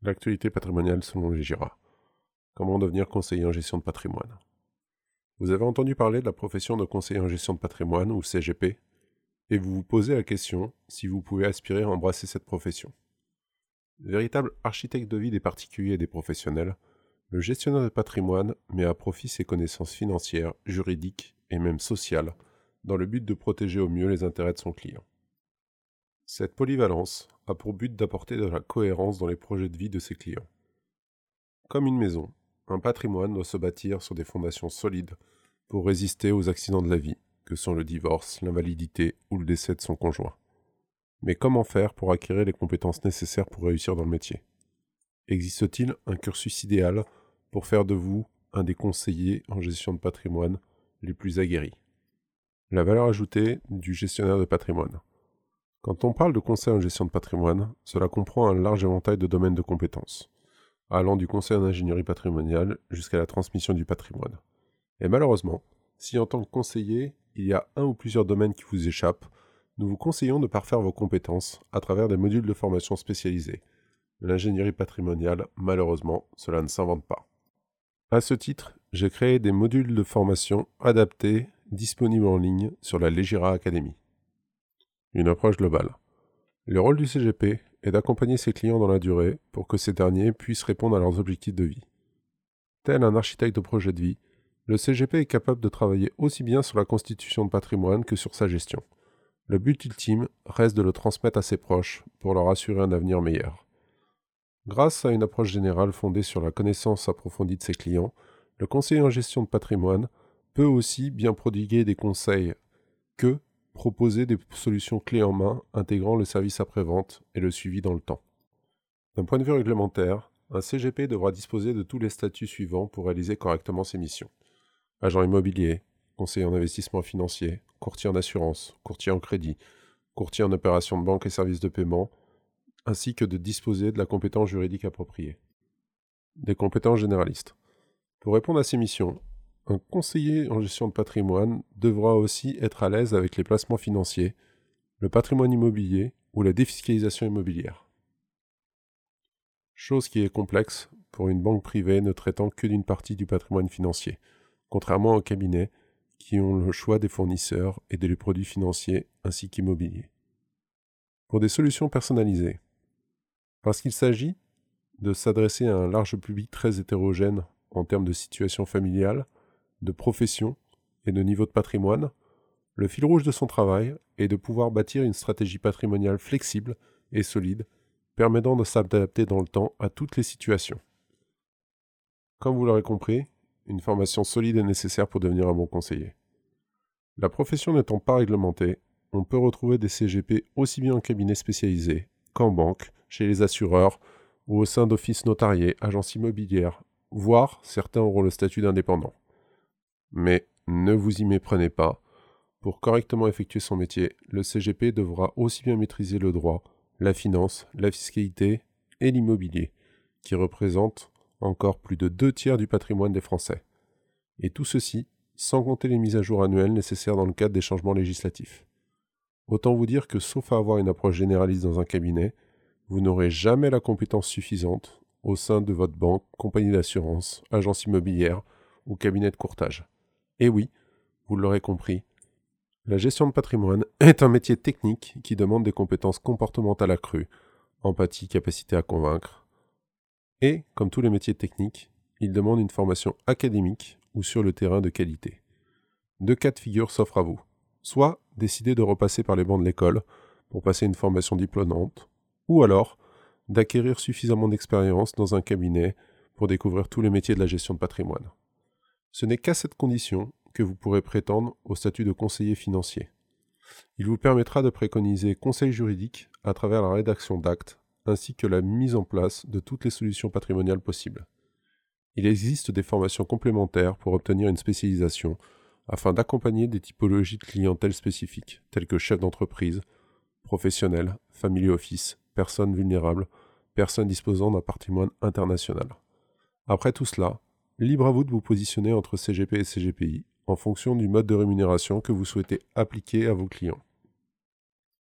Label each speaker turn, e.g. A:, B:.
A: L'actualité patrimoniale selon les GIRA. Comment devenir conseiller en gestion de patrimoine? Vous avez entendu parler de la profession de conseiller en gestion de patrimoine, ou CGP, et vous vous posez la question si vous pouvez aspirer à embrasser cette profession. Véritable architecte de vie des particuliers et des professionnels, le gestionnaire de patrimoine met à profit ses connaissances financières, juridiques et même sociales dans le but de protéger au mieux les intérêts de son client. Cette polyvalence a pour but d'apporter de la cohérence dans les projets de vie de ses clients. Comme une maison, un patrimoine doit se bâtir sur des fondations solides pour résister aux accidents de la vie, que sont le divorce, l'invalidité ou le décès de son conjoint. Mais comment faire pour acquérir les compétences nécessaires pour réussir dans le métier? Existe-t-il un cursus idéal pour faire de vous un des conseillers en gestion de patrimoine les plus aguerris? La valeur ajoutée du gestionnaire de patrimoine. Quand on parle de conseil en gestion de patrimoine, cela comprend un large éventail de domaines de compétences, allant du conseil en ingénierie patrimoniale jusqu'à la transmission du patrimoine. Et malheureusement, si en tant que conseiller, il y a un ou plusieurs domaines qui vous échappent, nous vous conseillons de parfaire vos compétences à travers des modules de formation spécialisés. L'ingénierie patrimoniale, malheureusement, cela ne s'invente pas. À ce titre, j'ai créé des modules de formation adaptés, disponibles en ligne sur la Legira Academy. Une approche globale. Le rôle du CGP est d'accompagner ses clients dans la durée pour que ces derniers puissent répondre à leurs objectifs de vie. Tel un architecte de projet de vie, le CGP est capable de travailler aussi bien sur la constitution de patrimoine que sur sa gestion. Le but ultime reste de le transmettre à ses proches pour leur assurer un avenir meilleur. Grâce à une approche générale fondée sur la connaissance approfondie de ses clients, le conseiller en gestion de patrimoine peut aussi bien prodiguer des conseils que proposer des solutions clés en main intégrant le service après-vente et le suivi dans le temps. D'un point de vue réglementaire, un CGP devra disposer de tous les statuts suivants pour réaliser correctement ses missions. Agent immobilier, conseiller en investissement financier, courtier en assurance, courtier en crédit, courtier en opérations de banque et services de paiement, ainsi que de disposer de la compétence juridique appropriée. Des compétences généralistes. Pour répondre à ces missions, un conseiller en gestion de patrimoine devra aussi être à l'aise avec les placements financiers, le patrimoine immobilier ou la défiscalisation immobilière. Chose qui est complexe pour une banque privée ne traitant que d'une partie du patrimoine financier, contrairement aux cabinets qui ont le choix des fournisseurs et des produits financiers ainsi qu'immobiliers. Pour des solutions personnalisées, parce qu'il s'agit de s'adresser à un large public très hétérogène en termes de situation familiale, de profession et de niveau de patrimoine, le fil rouge de son travail est de pouvoir bâtir une stratégie patrimoniale flexible et solide, permettant de s'adapter dans le temps à toutes les situations. Comme vous l'aurez compris, une formation solide est nécessaire pour devenir un bon conseiller. La profession n'étant pas réglementée, on peut retrouver des CGP aussi bien en cabinet spécialisé qu'en banque, chez les assureurs ou au sein d'offices notariés, agences immobilières, voire certains auront le statut d'indépendant. Mais ne vous y méprenez pas. Pour correctement effectuer son métier, le CGP devra aussi bien maîtriser le droit, la finance, la fiscalité et l'immobilier, qui représentent encore plus de 2/3 du patrimoine des Français. Et tout ceci sans compter les mises à jour annuelles nécessaires dans le cadre des changements législatifs. Autant vous dire que sauf à avoir une approche généraliste dans un cabinet, vous n'aurez jamais la compétence suffisante au sein de votre banque, compagnie d'assurance, agence immobilière ou cabinet de courtage. Et oui, vous l'aurez compris, la gestion de patrimoine est un métier technique qui demande des compétences comportementales accrues, empathie, capacité à convaincre. Et, comme tous les métiers techniques, il demande une formation académique ou sur le terrain de qualité. 2 cas de figure s'offrent à vous. Soit décider de repasser par les bancs de l'école pour passer une formation diplômante, ou alors d'acquérir suffisamment d'expérience dans un cabinet pour découvrir tous les métiers de la gestion de patrimoine. Ce n'est qu'à cette condition que vous pourrez prétendre au statut de conseiller financier. Il vous permettra de préconiser conseil juridique à travers la rédaction d'actes ainsi que la mise en place de toutes les solutions patrimoniales possibles. Il existe des formations complémentaires pour obtenir une spécialisation afin d'accompagner des typologies de clientèle spécifiques telles que chef d'entreprise, professionnels, family office, personnes vulnérables, personnes disposant d'un patrimoine international. Après tout cela, libre à vous de vous positionner entre CGP et CGPI en fonction du mode de rémunération que vous souhaitez appliquer à vos clients.